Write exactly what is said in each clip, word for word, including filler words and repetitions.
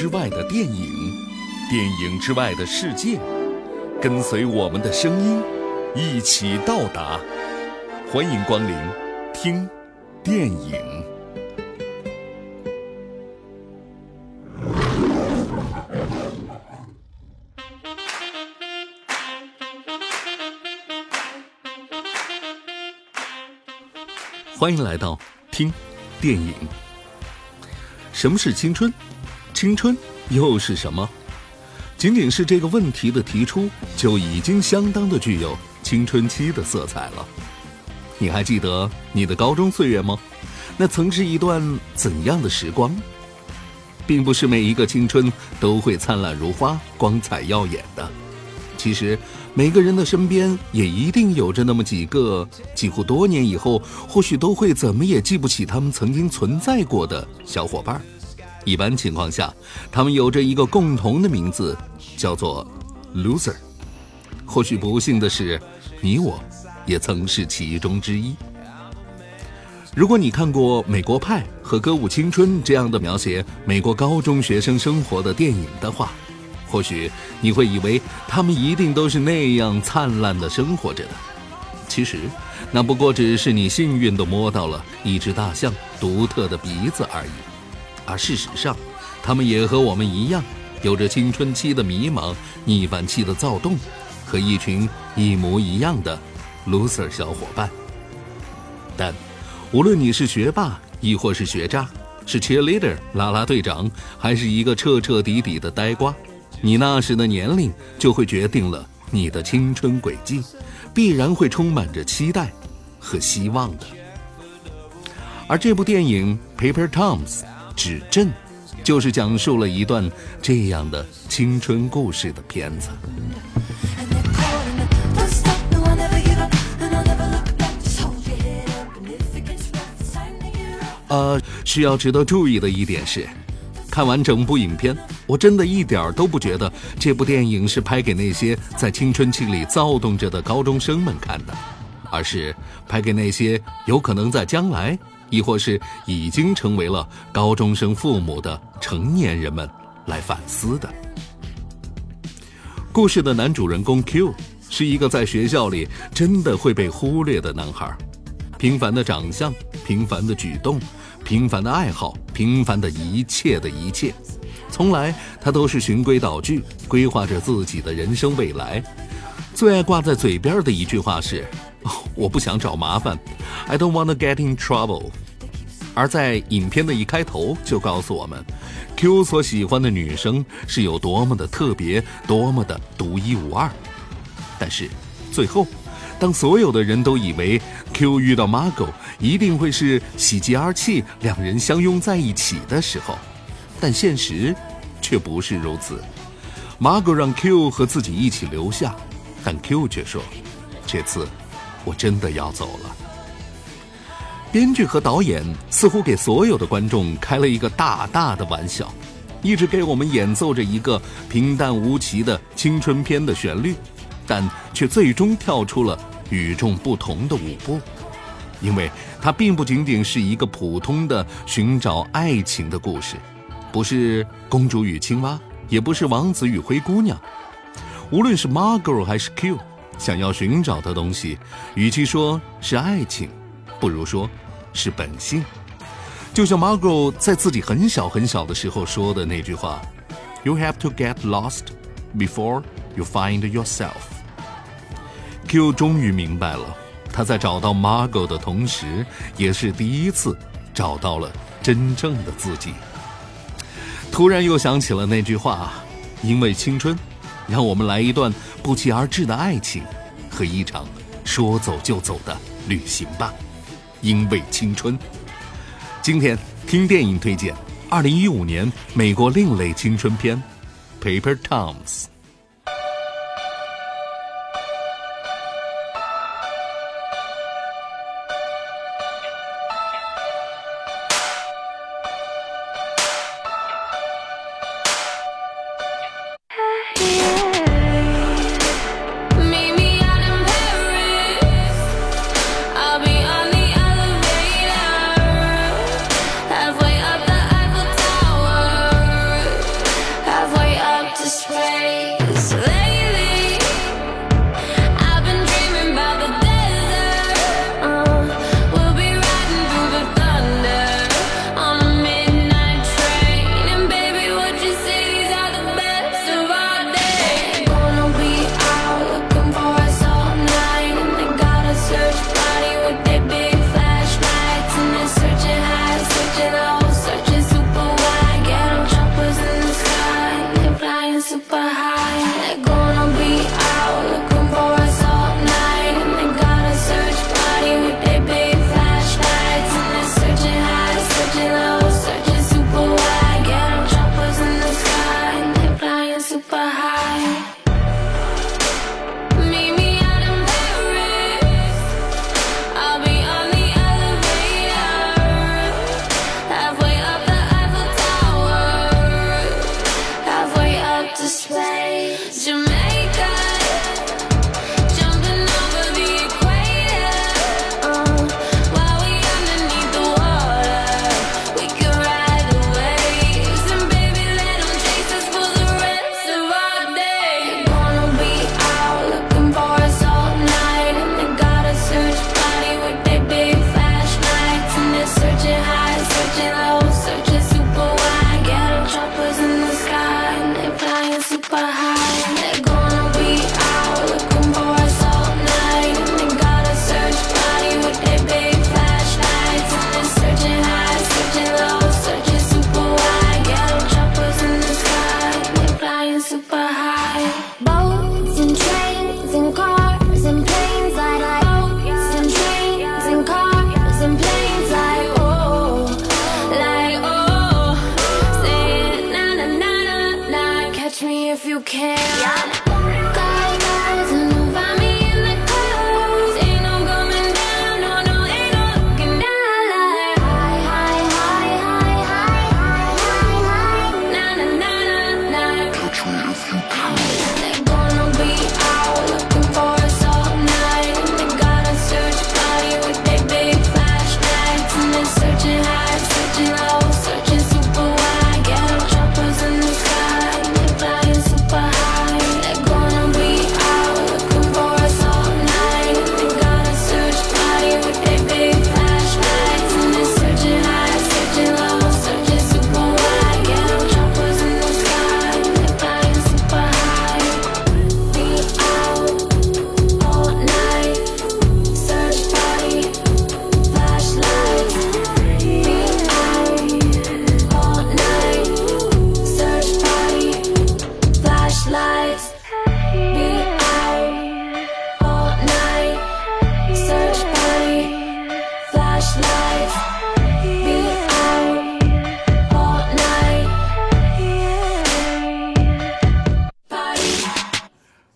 之外的电影，电影之外的世界，跟随我们的声音一起到达。欢迎光临听电影。欢迎来到听电影。什么是青春？青春又是什么？仅仅是这个问题的提出，就已经相当的具有青春期的色彩了。你还记得你的高中岁月吗？那曾是一段怎样的时光？并不是每一个青春都会灿烂如花、光彩耀眼的。其实每个人的身边也一定有着那么几个几乎多年以后或许都会怎么也记不起他们曾经存在过的小伙伴。一般情况下，他们有着一个共同的名字，叫做 loser。 或许不幸的是，你我也曾是其中之一。如果你看过《美国派》和《歌舞青春》这样的描写美国高中学生生活的电影的话，或许你会以为他们一定都是那样灿烂的生活着的。其实那不过只是你幸运地摸到了一只大象独特的鼻子而已。而事实上，他们也和我们一样，有着青春期的迷茫、逆反期的躁动，和一群一模一样的 loser 小伙伴。但无论你是学霸亦或是学渣，是 cheerleader 啦啦队长，还是一个彻彻底底的呆瓜，你那时的年龄就会决定了你的青春轨迹，必然会充满着期待和希望的。而这部电影 Paper Towns 指阵，就是讲述了一段这样的青春故事的片子。呃，需要值得注意的一点是，看完整部影片，我真的一点都不觉得这部电影是拍给那些在青春期里躁动着的高中生们看的，而是拍给那些有可能在将来亦或是已经成为了高中生父母的成年人们来反思的。故事的男主人公 Q 是一个在学校里真的会被忽略的男孩，平凡的长相，平凡的举动，平凡的爱好，平凡的一切的一切，从来他都是循规蹈矩，规划着自己的人生未来。最爱挂在嘴边的一句话是、哦、我不想找麻烦， I don't want to get in trouble。 而在影片的一开头就告诉我们 Q 所喜欢的女生是有多么的特别，多么的独一无二。但是最后，当所有的人都以为 Q 遇到 Margot 一定会是喜极而泣，两人相拥在一起的时候，但现实却不是如此。 Margot 让 Q 和自己一起留下，但 Q 却说，这次我真的要走了。编剧和导演似乎给所有的观众开了一个大大的玩笑，一直给我们演奏着一个平淡无奇的青春片的旋律，但却最终跳出了与众不同的舞步。因为它并不仅仅是一个普通的寻找爱情的故事，不是公主与青蛙，也不是王子与灰姑娘。无论是 Margot 还是 Q 想要寻找的东西，与其说是爱情，不如说是本性。就像 Margot 在自己很小很小的时候说的那句话， You have to get lost before you find yourself。 Q 终于明白了，他在找到 Margot 的同时，也是第一次找到了真正的自己。突然又想起了那句话，因为青春，让我们来一段不期而至的爱情和一场说走就走的旅行吧。因为青春。今天听电影推荐二零一五年美国另类青春片 Paper Towns。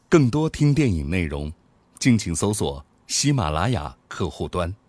更多听电影内容，敬请搜索喜马拉雅客户端。